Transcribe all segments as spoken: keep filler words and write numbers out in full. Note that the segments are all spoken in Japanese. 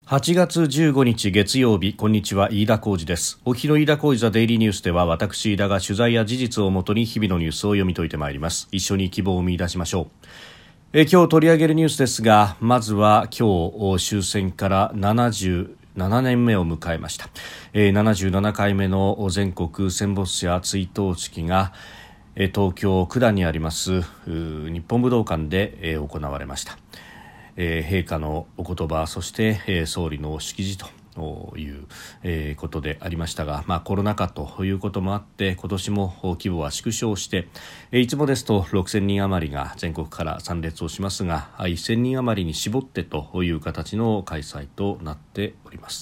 はちがつじゅうごにち月曜日、こんにちは、飯田浩司です。お昼の飯田浩司ザデイリーニュースでは、私飯田が取材や事実をもとに日々のニュースを読み解いてまいります。一緒に希望を見出しましょう。え今日取り上げるニュースですが、まずは今日終戦からななじゅうななねんめを迎えました。えー、ななじゅうななかいめの全国戦没者追悼式が東京九段にあります日本武道館で行われました。えー、陛下のお言葉、そして、えー、総理の式辞という、えー、ことでありましたが、まあ、コロナ禍ということもあって今年も規模は縮小して、えー、いつもですとろくせんにん余りが全国から参列をしますが、せんにん余りに絞ってという形の開催となっております。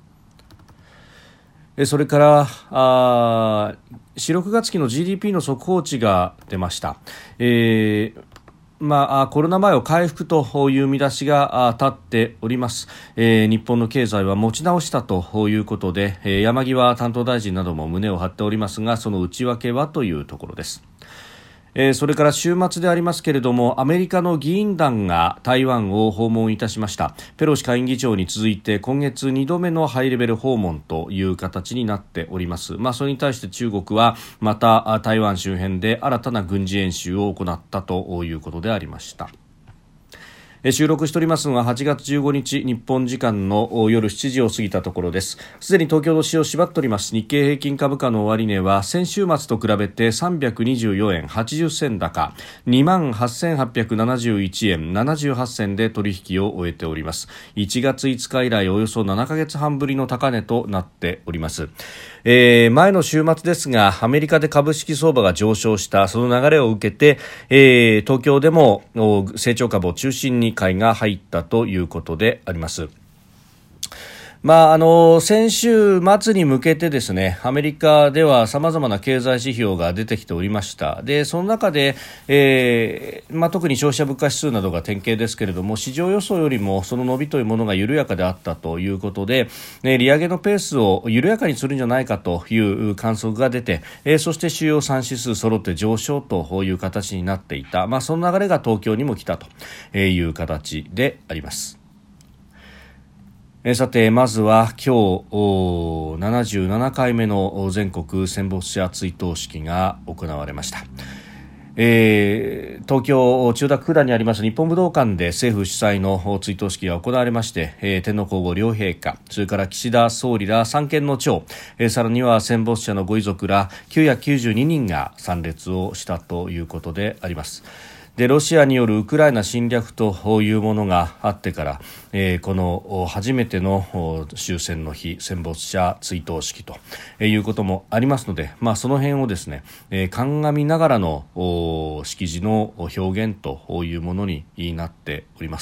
それからあし、ろくがつ期の ジーディーピー の速報値が出ました。えーまあ、コロナ前を回復という見出しが立っております。えー、日本の経済は持ち直したということで、えー、山際担当大臣なども胸を張っておりますが、その内訳はというところです。えー、それから週末でありますけれども、アメリカの議員団が台湾を訪問いたしました。ペロシ下院議長に続いて今月にどめのハイレベル訪問という形になっております。まあ、それに対して中国はまた台湾周辺で新たな軍事演習を行ったということでありました。収録しておりますのははちがつじゅうごにち日本時間の夜しちじを過ぎたところです。すでに東京の市を縛っております。日経平均株価の終値は先週末と比べてさんびゃくにじゅうよえんはちじゅっせん高 にまんはっせんはっぴゃくななじゅういちえんななじゅうはっせんで取引を終えております。いちがついつか以来およそななかげつはんぶりの高値となっております。えー、前の週末ですがアメリカで株式相場が上昇したその流れを受けて、えー、東京でも成長株を中心に買いが入ったということであります。まあ、あの先週末に向けてですね、アメリカでは様々な経済指標が出てきておりました。で、その中で、えーまあ、特に消費者物価指数などが典型ですけれども、市場予想よりもその伸びというものが緩やかであったということで、ね、利上げのペースを緩やかにするんじゃないかという観測が出て、えー、そして主要さん指数揃って上昇という形になっていた。まあ、その流れが東京にも来たという形であります。さて、まずは今日ななじゅうななかいめの全国戦没者追悼式が行われました。えー、東京千代田区九段にあります日本武道館で政府主催の追悼式が行われまして、えー、天皇皇后両陛下、それから岸田総理ら三権の長、えー、さらには戦没者のご遺族らきゅうひゃくきゅうじゅうににんが参列をしたということであります。で、ロシアによるウクライナ侵略というものがあってから、えー、この初めての終戦の日戦没者追悼式ということもありますので、まあ、その辺をですね、えー、鑑みながらの式辞の表現というものになっております。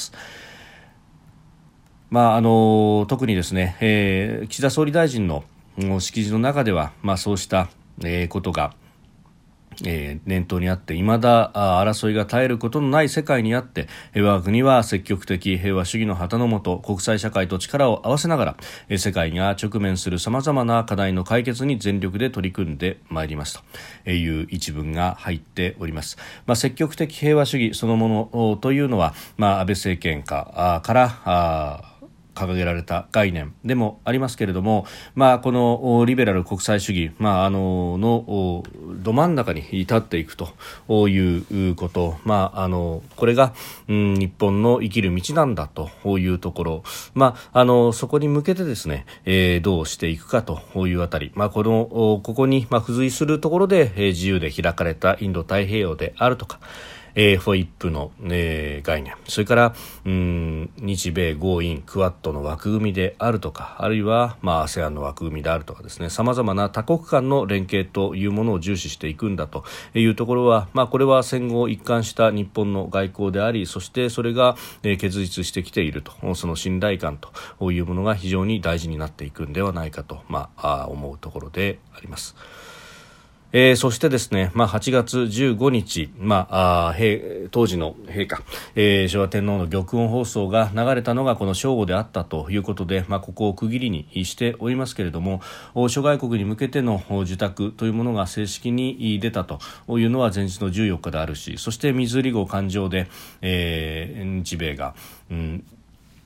まあ、あの特にですね、えー、岸田総理大臣の式辞の中では、まあ、そうした、えー、ことがえー、念頭にあって、未だ争いが絶えることのない世界にあって、我が国は積極的平和主義の旗の下、国際社会と力を合わせながら、えー、世界が直面する様々な課題の解決に全力で取り組んでまいりますという一文が入っております。まあ、積極的平和主義そのものというのは、まあ、安倍政権下からあ掲げられた概念でもありますけれども、まあ、このリベラル国際主義、まあ、あののど真ん中に立っていくということ、まあ、あのこれが、うん、日本の生きる道なんだというところ、まあ、あのそこに向けてですね、えー、どうしていくかというあたり、まあ、このここに、まあ、付随するところで、えー、自由で開かれたインド太平洋であるとか、えー、フォイップの、えー、概念、それからうーん日米豪印クアッドの枠組みであるとか、あるいは、まあ、アセアン の枠組みであるとかですね、様々な多国間の連携というものを重視していくんだというところは、まあ、これは戦後一貫した日本の外交であり、そしてそれが、えー、結実してきていると、その信頼感というものが非常に大事になっていくんではないかと、まあ、思うところであります。えー、そしてですね、まあ、はちがつじゅうごにち、まあ、あ当時の陛下、えー、昭和天皇の玉音放送が流れたのがこの正午であったということで、まあ、ここを区切りにしておりますけれども、諸外国に向けての受託というものが正式に出たというのは前日のじゅうよっかであるし、そしてミズーリ号艦上で、えー、日米が、うん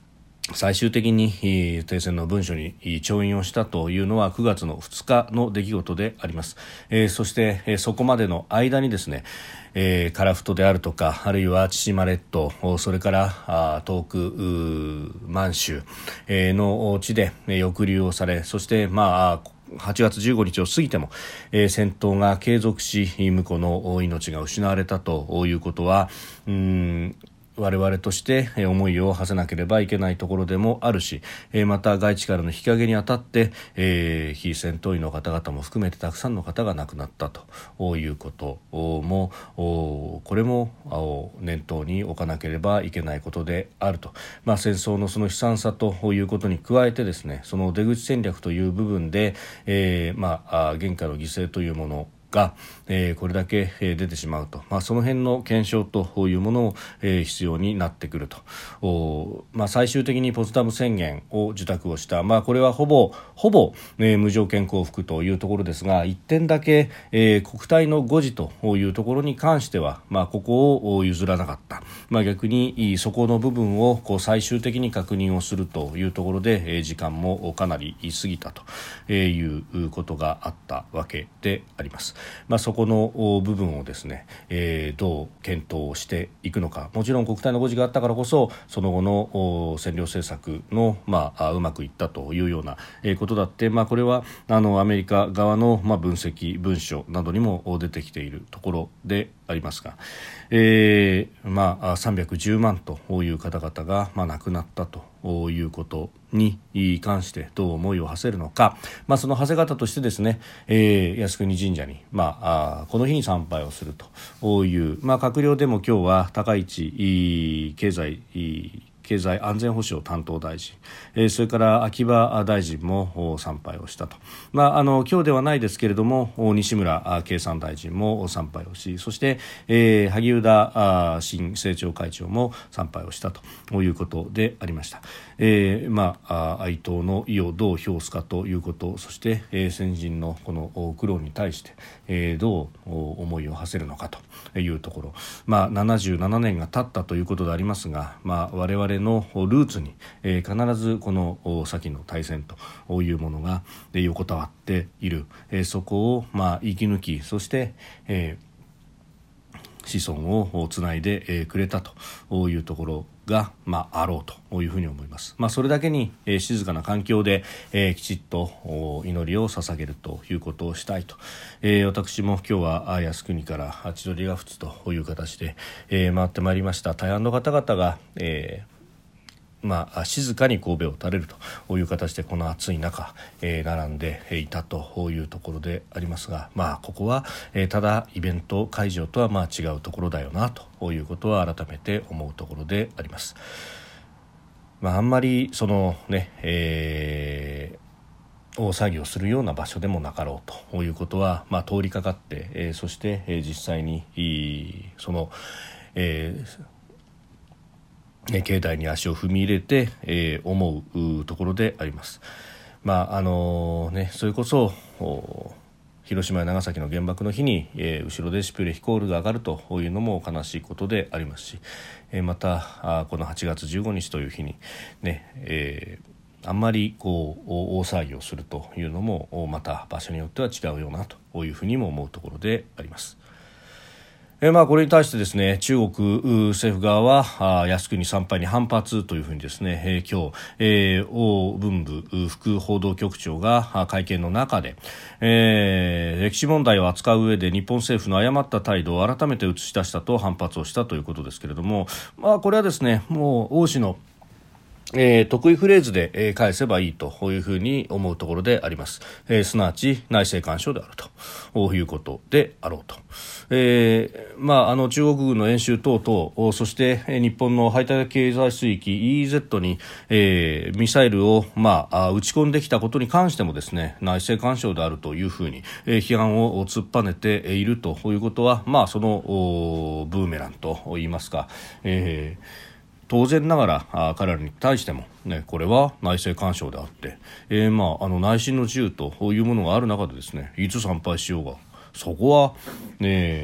最終的に停戦の文書に調印をしたというのはくがつのふつかの出来事であります。えー、そして、えー、そこまでの間にですね、えー、樺太であるとか、あるいは千島列島、それからあ東北満州、えー、の地で抑留をされ、そしてまあはちがつじゅうごにちを過ぎても、えー、戦闘が継続し、向こうの命が失われたということは、うーん我々として思いを馳せなければいけないところでもあるし、また外地からの引き上げにあたって、えー、非戦闘員の方々も含めてたくさんの方が亡くなったということも、これも念頭に置かなければいけないことであると、まあ、戦争のその悲惨さということに加えてですね、その出口戦略という部分で、えーまあ、現下の犠牲というものが、えー、これだけ、えー、出てしまうと、まあ、その辺の検証というものを、えー、必要になってくると。お、まあ、最終的にポツダム宣言を受諾をした、まあ、これはほぼほぼ、えー、無条件降伏というところですが、一点だけ、えー、国体の誤字というところに関しては、まあ、ここを譲らなかった、まあ、逆にそこの部分をこう最終的に確認をするというところで、えー、時間もかなり過ぎたということがあったわけであります。まあ、そこの部分をですね、えー、どう検討していくのか、もちろん国体の誤字があったからこそその後の占領政策の、まあ、うまくいったというようなことだって、まあ、これはあのアメリカ側の、まあ、分析文書などにも出てきているところでありますが、えーまあ、さんびゃくじゅうまんという方々が、まあ、亡くなったということに関してどう思いを馳せるのか、まあ、その馳せ方としてですね、えー、靖国神社に、まあ、あこの日に参拝をするという、まあ、閣僚でも今日は高市経済経済安全保障担当大臣、えー、それから秋葉大臣も参拝をしたと、まあ、あの今日ではないですけれども西村経産大臣も参拝をし、そして、えー、萩生田新政調会長も参拝をしたということでありました。えーまあ、哀悼の意をどう表すかということ、そして、えー、先人のこの苦労に対して、えー、どう思いを馳せるのかというところ、まあ、ななじゅうななねんが経ったということでありますが、まあ、我々のルーツに、えー、必ずこの先の大戦というものが横たわっている、えー、そこを、まあ、生き抜き、そして、えー子孫をつないでくれたというところが、まあ、あろうというふうに思います。まあ、それだけに、えー、静かな環境で、えー、きちっと祈りを捧げるということをしたいと、えー、私も今日は靖国から千鳥ヶ淵という形で、えー、回ってまいりました。大半の方々が、えーまあ、静かに神戸を垂れるという形でこの暑い中、えー、並んでいたというところでありますが、まあ、ここは、えー、ただイベント会場とはまあ違うところだよなということは改めて思うところであります。まあ、あんまりそのね、えー大騒ぎをするような場所でもなかろうということは、まあ、通りかかって、えー、そして、えー、実際にその、えー境内に足を踏み入れて、えー、思うところであります。まああのね、それこそ広島や長崎の原爆の日に、えー、後ろでシュピュレヒコールが上がるというのも悲しいことでありますし、えー、またあこのはちがつじゅうごにちという日にね、えー、あんまりこう大騒ぎをするというのもまた場所によっては違うよなというふうにも思うところであります。えーまあ、これに対してですね、中国政府側は靖国参拝に反発というふうにですね、えー、今日、えー、王文部副報道局長が会見の中で、えー、歴史問題を扱う上で日本政府の誤った態度を改めて映し出したと反発をしたということですけれども、まあ、これはですね、もう王氏のえー、得意フレーズで、えー、返せばいいというふうに思うところであります。えー、すなわち内政干渉であるということであろうと。えーまあ、あの中国軍の演習等々、そして、えー、日本の排他的経済水域 イーイーゼット に、えー、ミサイルを、まあ、打ち込んできたことに関してもですね、内政干渉であるというふうに、えー、批判を突っぱねているということは、まあ、そのブーメランといいますか、えー当然ながらあ彼らに対しても、ね、これは内政干渉であって、えーまあ、あの内心の自由というものがある中でですね、いつ参拝しようがそこは、ね、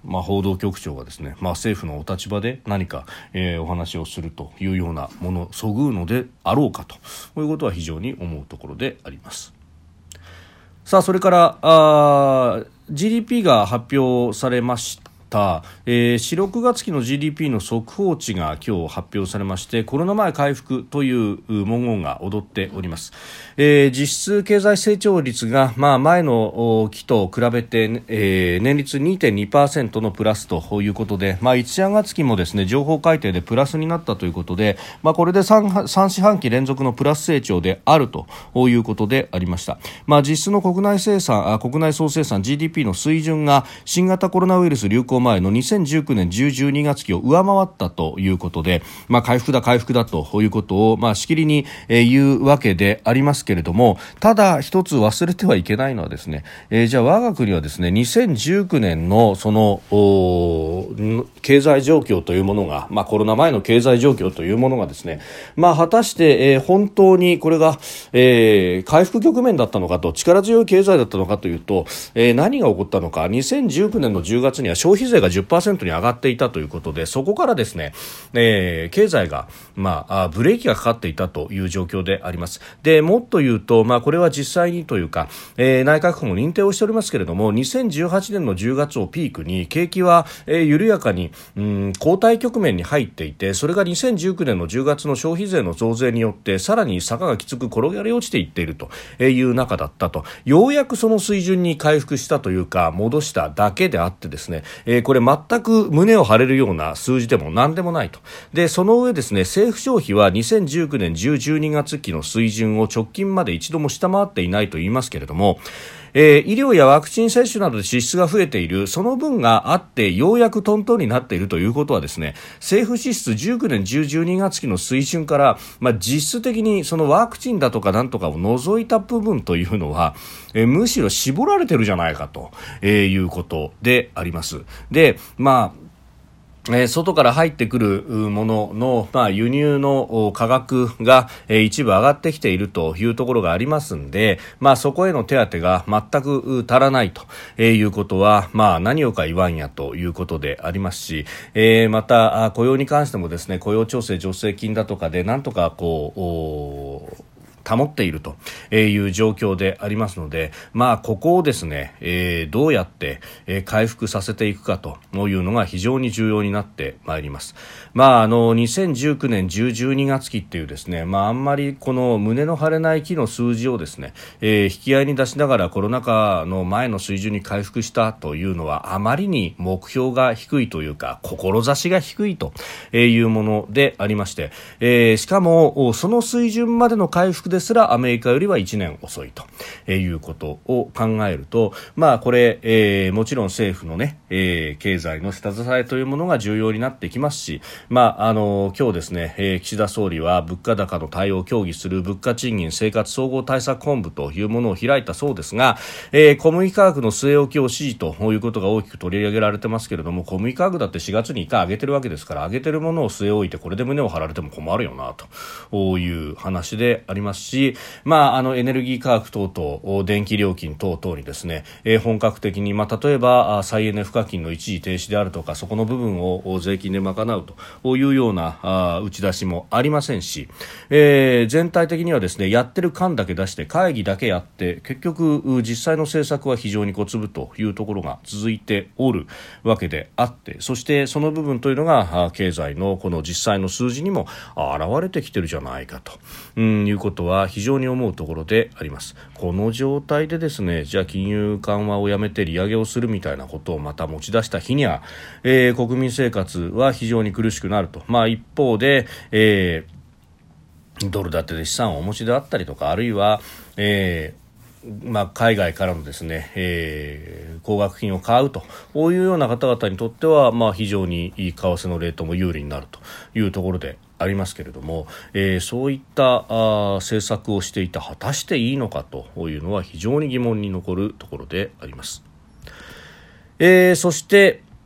まあ、報道局長がですね、まあ、政府のお立場で何か、えー、お話をするというようなものそぐうのであろうかということは非常に思うところであります。さあ、それからあ ジーディーピー が発表されました。えー、しろくがつ期の ジーディーピー の速報値が今日発表されまして、コロナ前回復という文言が踊っております。えー、実質経済成長率が、まあ、前の期と比べて、えー、年率 にてんにパーセント のプラスということで、まあ、いちがつ期もですね、情報改定でプラスになったということで、まあ、これで 3, さん四半期連続のプラス成長であるということでありました。まあ、実質の国内生産あ国内総生産 ジーディーピー の水準が新型コロナウイルス流行前のにせんじゅうきゅうねんじゅう、じゅうにがつ期を上回ったということで、まあ、回復だ回復だということを、まあ、しきりに言うわけでありますけれども、ただ一つ忘れてはいけないのはですね、えー、じゃあ我が国はですね、にせんじゅうきゅうねんのその経済状況というものが、まあ、コロナ前の経済状況というものがですね、まあ、果たして、えー、本当にこれが、えー、回復局面だったのかと、力強い経済だったのかというと、えー、何が起こったのか。にせんじゅうきゅうねんのじゅうがつには消費税が じゅっパーセント に上がっていたということで、そこからですね、えー、経済が、まあ、ブレーキがかかっていたという状況であります。で、もっと言うと、まあ、これは実際にというか、えー、内閣府も認定をしておりますけれども、にせんじゅうはちねんのじゅうがつをピークに景気は、えー、緩やかに、うん、後退局面に入っていて、それがにせんじゅうきゅうねんのじゅうがつの消費税の増税によってさらに坂がきつく転がり落ちていっているという中だったと、ようやくその水準に回復したというか戻しただけであってですね、えー、これ全く胸を張れるような数字でも何でもないと。で、その上ですね、政府消費はにせんじゅうきゅうねんじゅう、じゅうにがつ期の水準を直近まで一度も下回っていないと言いますけれども、えー、医療やワクチン接種などで支出が増えている、その分があってようやくトントンになっているということはですね、政府支出じゅうきゅうねんじゅう、じゅうにがつ期の水準から、まあ、実質的にそのワクチンだとかなんとかを除いた部分というのは、えー、むしろ絞られてるじゃないかと、えー、いうことであります。で、まあえー、外から入ってくるものの、まあ、輸入の価格が、えー、一部上がってきているというところがありますんで、まあ、そこへの手当が全く足らないということは、まあ、何をか言わんやということでありますし、えー、また雇用に関してもですね、雇用調整助成金だとかでなんとかこう保っているという状況でありますので、まあ、ここをですね、えー、どうやって、えー、回復させていくかというのが非常に重要になってまいります。まあ、あのにせんじゅうきゅうねんじゅう、じゅうにがつ期っていうですね、まあ、あんまりこの胸の張れない期の数字をですね、えー、引き合いに出しながらコロナ禍の前の水準に回復したというのはあまりに目標が低いというか志が低いというものでありまして、えー、しかもその水準までの回復ですらアメリカよりはいちねん遅いということを考えると、まあこれ、えー、もちろん政府のね、えー、経済の下支えというものが重要になってきますし、まああの今日ですね、えー、岸田総理は物価高の対応を協議する物価賃金生活総合対策本部というものを開いたそうですが、えー、小麦価格の据え置きを指示ということが大きく取り上げられてますけれども、小麦価格だってしがつにいっかい上げてるわけですから、上げてるものを据え置いてこれで胸を張られても困るよなという話でありますし、まあ、あのエネルギー価格等々電気料金等々にですね、えー、本格的に、まあ、例えば再エネ賦課金の一時停止であるとか、そこの部分を税金で賄うというようなあ打ち出しもありませんし、えー、全体的にはですね、やってる感だけ出して会議だけやって結局実際の政策は非常に小粒というところが続いておるわけであって、そしてその部分というのが経済のこの実際の数字にも現れてきてるじゃないかと、うん、いうことは非常に思うところであります。この状態でですね、じゃあ金融緩和をやめて利上げをするみたいなことをまた持ち出した日には、えー、国民生活は非常に苦しくなると。まあ一方で、えー、ドル建てで資産をお持ちであったりとか、あるいは、えーまあ、海外からのですね、えー、高額品を買うとこういうような方々にとっては、まあ、非常にいい為替のレートも有利になるというところでありますけれども、えー、そういったあ政策をしていた果たしていいのかというのは非常に疑問に残るところであります。えー、そして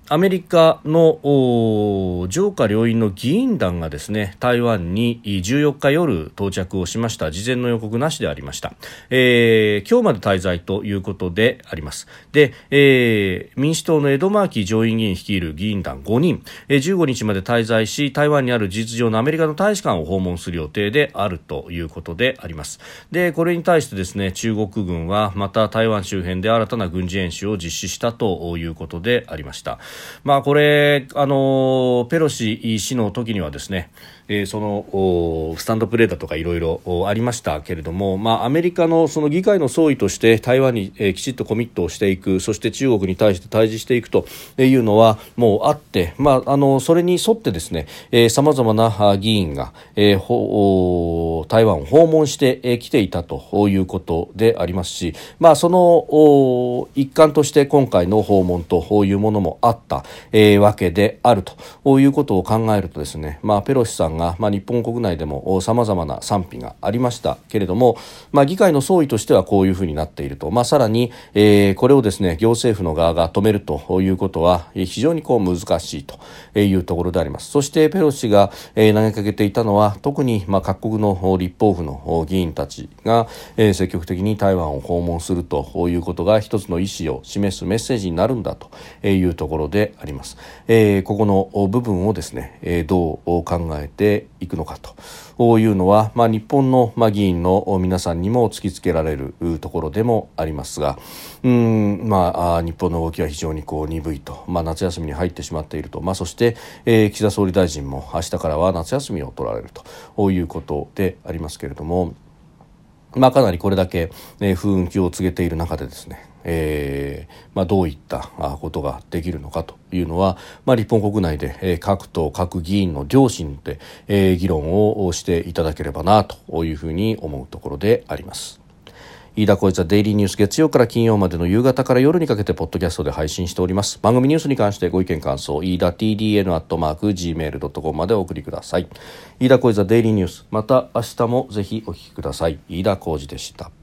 アメリカの上下両院の議員団がですね台湾にじゅうよっか夜到着をしました。事前の予告なしでありました。えー、今日まで滞在ということであります。で、えー、民主党のエド・マーキー上院議員率いる議員団ごにん、えー、じゅうごにちまで滞在し台湾にある事実上のアメリカの大使館を訪問する予定であるということであります。で、これに対してですね中国軍はまた台湾周辺で新たな軍事演習を実施したということでありました。まあこれあのペロシ氏の時にはですね、えー、そのスタンドプレーだとかいろいろありましたけれども、まあ、アメリカのその議会の総意として台湾に、えー、きちっとコミットをしていく、そして中国に対して対峙していくというのはもうあって、まあ、あのそれに沿ってですねさまざまな議員が、えー、ほ台湾を訪問してきていたということでありますし、まあ、その一環として今回の訪問というものもあった、えー、わけであるということを考えるとですね、まあ、ペロシさんが、まあ、日本国内でもさまざまな賛否がありましたけれども、まあ、議会の総意としてはこういうふうになっていると、まあ、さらに、えー、これをですね行政府の側が止めるということは非常にこう難しいというところであります。そしてペロシが、えー、投げかけていたのは特に、まあ、各国の立法府の議員たちが、えー、積極的に台湾を訪問するということが一つの意思を示すメッセージになるんだというところであります。えー、ここの部分をですね、えー、どう考えていくのかというのは、まあ、日本の、まあ、議員の皆さんにも突きつけられるところでもありますが、うーん、まあ、日本の動きは非常にこう鈍いと、まあ、夏休みに入ってしまっていると、まあ、そして、えー、岸田総理大臣も明日からは夏休みを取られるということでありますけれども、まあ、かなりこれだけ、えー、不運気を告げている中でですね、えーまあ、どういったことができるのかというのは、まあ、日本国内で、えー、各党各議員の両親で、えー、議論をしていただければなというふうに思うところであります。飯田浩司ザデイリーニュース、月曜から金曜までの夕方から夜にかけてポッドキャストで配信しております。番組ニュースに関してご意見感想、飯田 ティーディーエヌ アットマーク ジーメール ドットコム までお送りください。飯田浩司ザデイリーニュース、また明日もぜひお聞きください。飯田浩司でした。